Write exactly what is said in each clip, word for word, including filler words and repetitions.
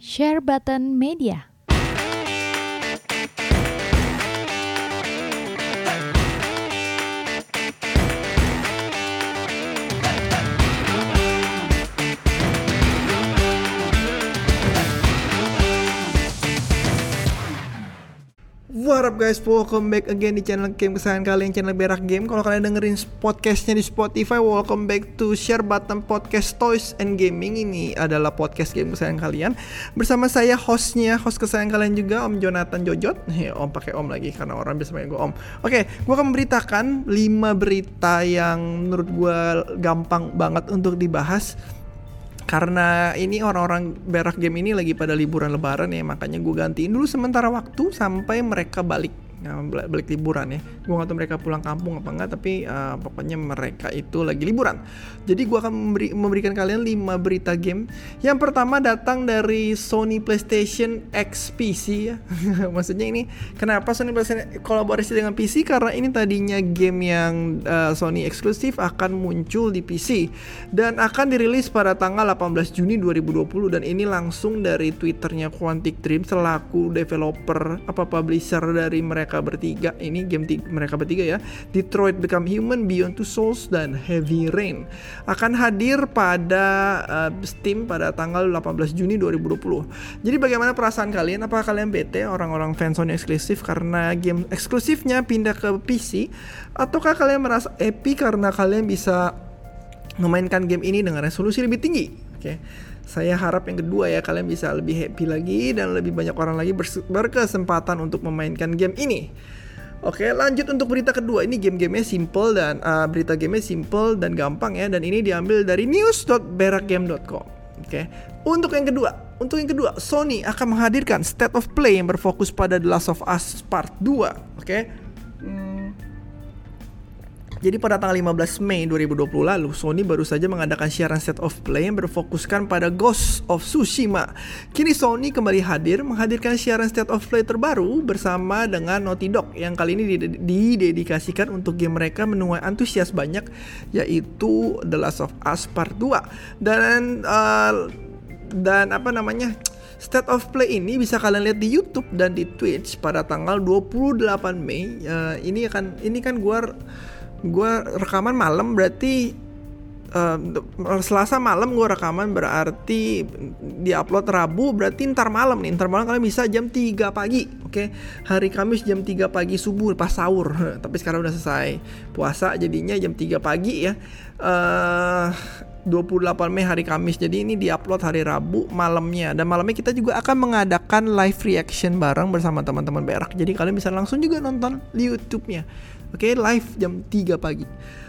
Share Button Media. What up guys, welcome back again di channel game kesayangan kalian, channel Berak Game. Kalau kalian dengerin podcastnya di Spotify, welcome back to Share Button Podcast Toys and Gaming. Ini adalah podcast game kesayangan kalian. Bersama saya hostnya, host kesayangan kalian juga, Om Jonathan Jojot. Hei, Om pakai Om lagi karena orang biasa panggil gue Om. Oke, gue akan memberitakan lima berita yang menurut gue gampang banget untuk dibahas. Karena ini orang-orang Berak Game ini lagi pada liburan lebaran ya, makanya gue gantiin dulu sementara waktu sampai mereka balik. Nah, balik liburan ya. Gue gak tahu mereka pulang kampung apa enggak, tapi uh, pokoknya mereka itu lagi liburan. Jadi gue akan memberi, memberikan kalian lima berita game. Yang pertama datang dari Sony PlayStation X P C ya. Maksudnya ini kenapa Sony PlayStation kolaborasi dengan P C? Karena ini tadinya game yang uh, Sony eksklusif akan muncul di P C dan akan dirilis pada tanggal delapan belas Juni dua ribu dua puluh, dan ini langsung dari Twitternya Quantic Dream selaku developer apa publisher dari mereka bertiga. Ini game tiga, mereka bertiga ya, Detroit Become Human, Beyond Two Souls, dan Heavy Rain akan hadir pada uh, Steam pada tanggal delapan belas Juni dua ribu dua puluh. Jadi bagaimana perasaan kalian? Apakah kalian bete orang-orang fans Sony eksklusif karena game eksklusifnya pindah ke P C, ataukah kalian merasa happy karena kalian bisa memainkan game ini dengan resolusi lebih tinggi? Oke, okay. Saya harap yang kedua ya, kalian bisa lebih happy lagi dan lebih banyak orang lagi berkesempatan untuk memainkan game ini. Oke, lanjut untuk berita kedua. Ini game-gamenya simple dan uh, berita gamenya simple dan gampang ya, dan ini diambil dari news dot berakgame dot com. Oke, untuk yang kedua, untuk yang kedua, Sony akan menghadirkan State of Play yang berfokus pada The Last of Us Part dua. Oke. Hmm. Jadi pada tanggal lima belas Mei dua ribu dua puluh lalu, Sony baru saja mengadakan siaran State of Play yang berfokuskan pada Ghost of Tsushima. Kini Sony kembali hadir menghadirkan siaran State of Play terbaru bersama dengan Naughty Dog yang kali ini didedikasikan untuk game mereka menuai antusias banyak, yaitu The Last of Us Part dua. Dan uh, dan apa namanya? State of Play ini bisa kalian lihat di YouTube dan di Twitch pada tanggal dua puluh delapan Mei. Uh, ini akan ini kan gua gue rekaman malam, berarti uh, Selasa malam gue rekaman, berarti diupload Rabu, berarti ntar malam nih, ntar malam kalian bisa jam tiga pagi. Oke, okay? Hari Kamis jam tiga pagi subuh pas sahur. Tapi sekarang udah selesai puasa, jadinya jam tiga pagi ya. uh, dua puluh delapan Mei hari Kamis, jadi ini diupload hari Rabu malamnya. Dan malamnya kita juga akan mengadakan live reaction bareng bersama teman-teman Berak. Jadi kalian bisa langsung juga nonton di YouTube-nya. Oke, okay, live jam tiga pagi.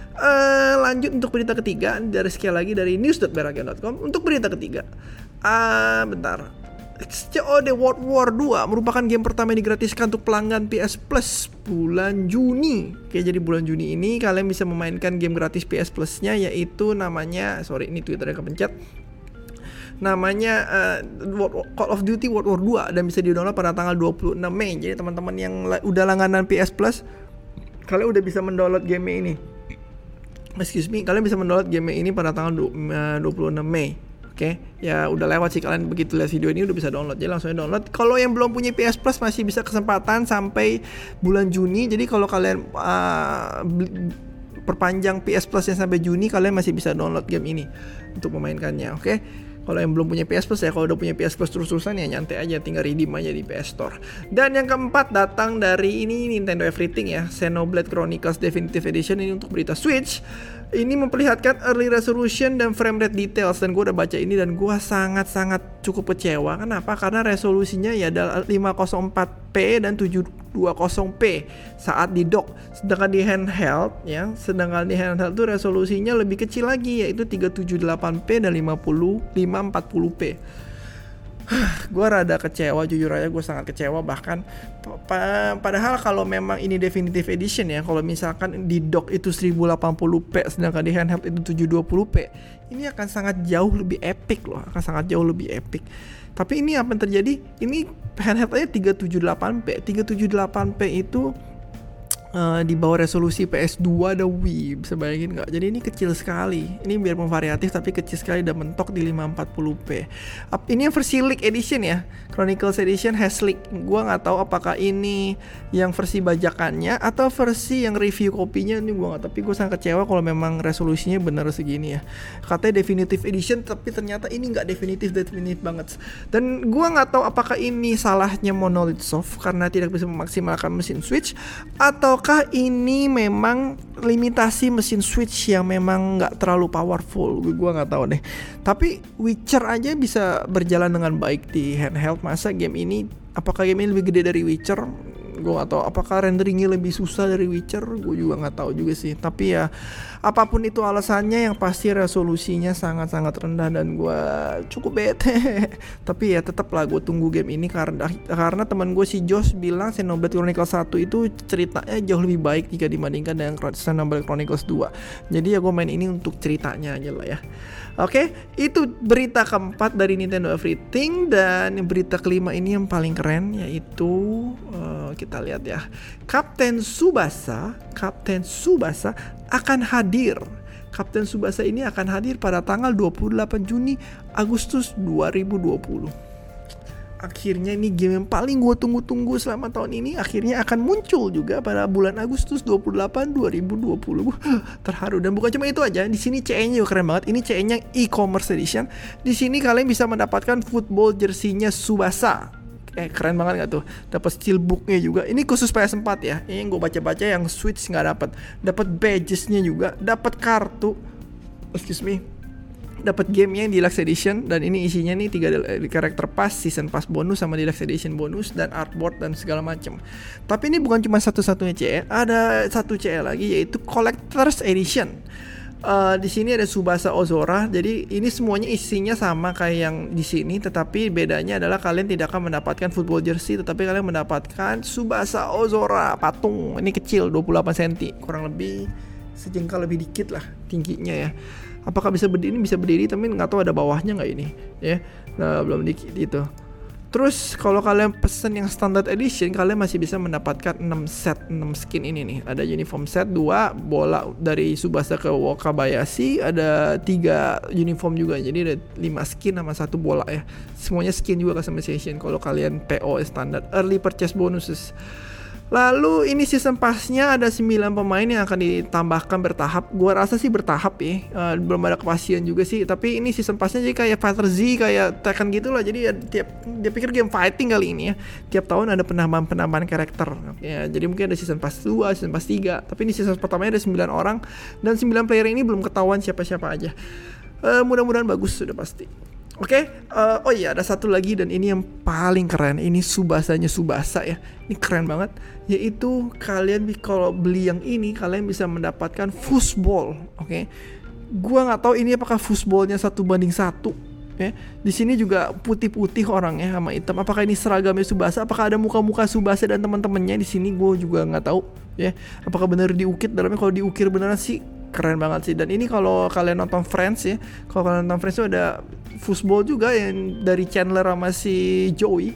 Uh, lanjut untuk berita ketiga dari sekali lagi dari news dot berakgame dot com. Untuk berita ketiga, uh, bentar. C O D World War dua merupakan game pertama yang digratiskan untuk pelanggan P S Plus bulan Juni. Oke, jadi bulan Juni ini kalian bisa memainkan game gratis P S Plus-nya, yaitu namanya, sorry ini Twitternya kepencet, namanya uh, Call of Duty World War dua, dan bisa di-download pada tanggal dua puluh enam Mei. Jadi teman-teman yang la- udah langganan P S Plus, kalian udah bisa mendownload game ini. Excuse me, kalian bisa mendownload game ini pada tanggal dua puluh enam Mei. Oke, okay. Ya udah lewat sih, kalian begitu lihat video ini udah bisa download. Jadi langsung download. Kalau yang belum punya P S Plus masih bisa kesempatan sampai bulan Juni. Jadi kalau kalian uh, perpanjang P S Plus-nya sampai Juni, kalian masih bisa download game ini untuk memainkannya. Oke. Okay? Kalau yang belum punya P S Plus ya, kalau udah punya P S Plus terus-terusan ya nyantai aja, tinggal redeem aja di P S Store. Dan yang keempat datang dari ini Nintendo Everything ya, Xenoblade Chronicles Definitive Edition. Ini untuk berita Switch. Ini memperlihatkan early resolution dan frame rate details, dan gue udah baca ini dan gue sangat-sangat cukup kecewa. Kenapa? Karena resolusinya ya adalah lima nol empat p dan tujuh dua nol p saat di dock. Sedangkan di handheld ya, sedangkan di handheld itu resolusinya lebih kecil lagi, yaitu tiga tujuh delapan p dan lima empat puluh p. Gue rada kecewa, jujur aja gue sangat kecewa. Bahkan pa- padahal kalau memang ini definitive edition ya, kalau misalkan di dock itu seribu delapan puluh p sedangkan di handheld itu tujuh dua puluh p, ini akan sangat jauh lebih epic loh, akan sangat jauh lebih epic. Tapi ini apa yang terjadi? Ini handheld aja tiga tujuh delapan p. tiga tujuh delapan p itu Uh, di bawah resolusi P S dua ada Wii, bisa bayangin nggak? Jadi ini kecil sekali. Ini biarpun variatif tapi kecil sekali dan mentok di lima empat puluh p. Ini yang versi League Edition ya, Chronicles Edition has leak. Gua nggak tahu apakah ini yang versi bajakannya atau versi yang review kopinya, ini gua nggak. Tapi gue sangat kecewa kalau memang resolusinya benar segini ya. Katanya definitive edition, tapi ternyata ini nggak definitif definitif banget. Dan gua nggak tahu apakah ini salahnya Monolith Soft karena tidak bisa memaksimalkan mesin Switch, atau apakah ini memang limitasi mesin Switch yang memang nggak terlalu powerful. Gue nggak tahu deh. Tapi Witcher aja bisa berjalan dengan baik di handheld. Masa game ini, apakah game ini lebih gede dari Witcher? Gue nggak tahu. Apakah renderingnya lebih susah dari Witcher? Gue juga nggak tahu juga sih. Tapi ya apapun itu alasannya, yang pasti resolusinya sangat-sangat rendah dan gue cukup bete. Tapi ya tetap lah gue tunggu game ini karena karena teman gue si Josh bilang Xenoblade Chronicles satu itu ceritanya jauh lebih baik jika dibandingkan dengan Xenoblade Chronicles dua. Jadi ya gue main ini untuk ceritanya aja lah ya. Oke, itu berita keempat dari Nintendo Everything. Dan berita kelima ini yang paling keren, yaitu uh, kita lihat ya, Kapten Tsubasa Kapten Tsubasa akan hadir. Kapten Tsubasa ini akan hadir pada tanggal dua puluh delapan Juni Agustus dua ribu dua puluh. Akhirnya ini game yang paling gue tunggu-tunggu selama tahun ini akhirnya akan muncul juga pada bulan Agustus dua puluh delapan dua ribu dua puluh. Terharu. Dan bukan cuma itu aja, di sini C E-nya juga keren banget. Ini C E-nya e-commerce edition. Di sini kalian bisa mendapatkan football jersey-nya Tsubasa. Eh keren banget gak tuh? Dapat steelbook-nya juga. Ini khusus P S empat ya. Ini yang gue baca-baca yang Switch nggak dapat. Dapat badges-nya juga, dapat kartu. Excuse me. Dapat gamenya yang Deluxe Edition, dan ini isinya nih tiga karakter pass, season pass bonus sama Deluxe Edition bonus dan artboard dan segala macam. Tapi ini bukan cuma satu-satunya C E, ada satu C E lagi yaitu Collector's Edition. Uh, di sini ada Tsubasa Ozora. Jadi ini semuanya isinya sama kayak yang di sini, tetapi bedanya adalah kalian tidak akan mendapatkan football jersey, tetapi kalian mendapatkan Tsubasa Ozora patung. Ini kecil, dua puluh delapan sentimeter, kurang lebih sejengkal lebih dikit lah tingginya ya. Apakah bisa berdiri? Bisa berdiri, tapi nggak tahu ada bawahnya nggak ini ya. Nah, belum dikit itu. Terus kalau kalian pesen yang standard edition, kalian masih bisa mendapatkan enam set, enam skin ini nih. Ada uniform set dua, bola dari Tsubasa ke Wakabayashi, ada tiga uniform juga. Jadi ada lima skin sama satu bola ya. Semuanya skin juga customization kalau kalian P O standard. Early purchase bonuses. Lalu ini season pass-nya ada sembilan pemain yang akan ditambahkan bertahap. Gua rasa sih bertahap ya, uh, belum ada kepastian juga sih. Tapi ini season pass-nya jadi kayak Fighter Z, kayak Tekken gitu lah. Jadi ya tiap, dia pikir game fighting kali ini ya. Tiap tahun ada penambahan-penambahan karakter ya, jadi mungkin ada season pass dua, season pass tiga. Tapi ini season pertamanya ada sembilan orang, dan sembilan player ini belum ketahuan siapa-siapa aja. uh, Mudah-mudahan bagus, sudah pasti. Oke, okay, uh, oh iya ada satu lagi, dan ini yang paling keren. Ini Tsubasanya Tsubasa ya. Ini keren banget. Yaitu kalian kalau beli yang ini, kalian bisa mendapatkan foosball. Oke, okay? Gua nggak tahu ini apakah foosballnya satu banding satu. Ya, di sini juga putih-putih orangnya sama hitam. Apakah ini seragamnya Tsubasa? Apakah ada muka-muka Tsubasa dan teman-temannya di sini? Gue juga nggak tahu. Ya, apakah benar diukir dalamnya? Kalau diukir beneran sih keren banget sih. Dan ini kalau kalian nonton Friends ya, kalau kalian nonton Friends itu ada foosball juga yang dari Chandler sama si Joey.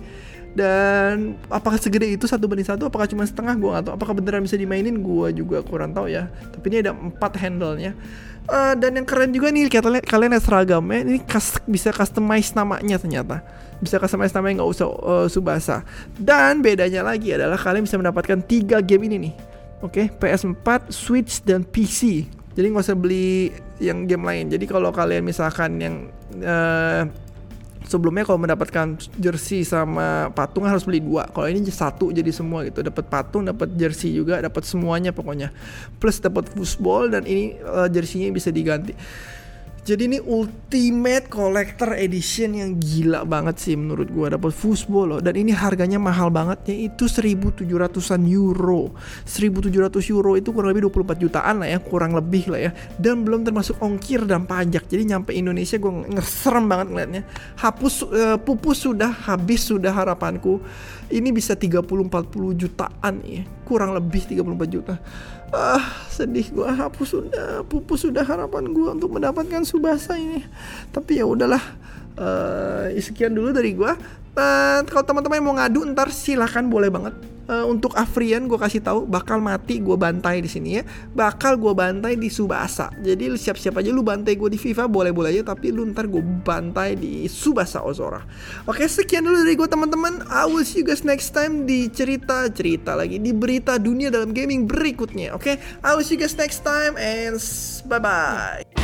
Dan apakah segede itu satu banding satu? Apakah cuma setengah? Gue nggak tahu. Apakah beneran bisa dimainin? Gue juga kurang tahu ya. Tapi ini ada empat handle-nya. Uh, dan yang keren juga nih, kalian kalian lihat seragamnya. Ini kas, bisa customize namanya ternyata. Bisa customize namanya, nggak usah uh, Tsubasa. Dan bedanya lagi adalah kalian bisa mendapatkan tiga game ini nih. Oke, okay? P S empat, Switch, dan P C. Jadi nggak usah beli yang game lain. Jadi kalau kalian misalkan yang uh, sebelumnya kalau mendapatkan jersey sama patung harus beli dua. Kalau ini satu jadi semua gitu. Dapat patung, dapat jersey juga, dapat semuanya pokoknya. Plus dapat foosball, dan ini uh, jersey-nya bisa diganti. Jadi ini Ultimate Collector Edition yang gila banget sih menurut gue. Dapat foosball loh, dan ini harganya mahal banget, yaitu seribu tujuh ratusan euro. seribu tujuh ratus euro itu kurang lebih dua puluh empat jutaan lah ya, kurang lebih lah ya. Dan belum termasuk ongkir dan pajak. Jadi nyampe Indonesia gue ngeserem banget ngeliatnya. Hapus uh, pupus sudah, habis sudah harapanku. Ini bisa tiga puluh sampai empat puluh jutaan ya, kurang lebih tiga puluh empat juta. Ah, sedih gue, hapus sudah, pupus sudah harapan gue untuk mendapatkan Tsubasa ini. Tapi ya udahlah. Uh, sekian dulu dari gue. Uh, kalau teman-teman mau ngadu ntar silahkan, boleh banget. uh, untuk Afrian gue kasih tahu bakal mati gue bantai di sini ya. Bakal gue bantai di Tsubasa. Jadi lu siap-siap aja, lu bantai gue di FIFA boleh-boleh aja, tapi lu ntar gue bantai di Tsubasa Ozora. Oke, sekian dulu dari gue teman-teman. I will see you guys next time di cerita-cerita lagi, di berita dunia dalam gaming berikutnya. Oke, I will see you guys next time and bye-bye.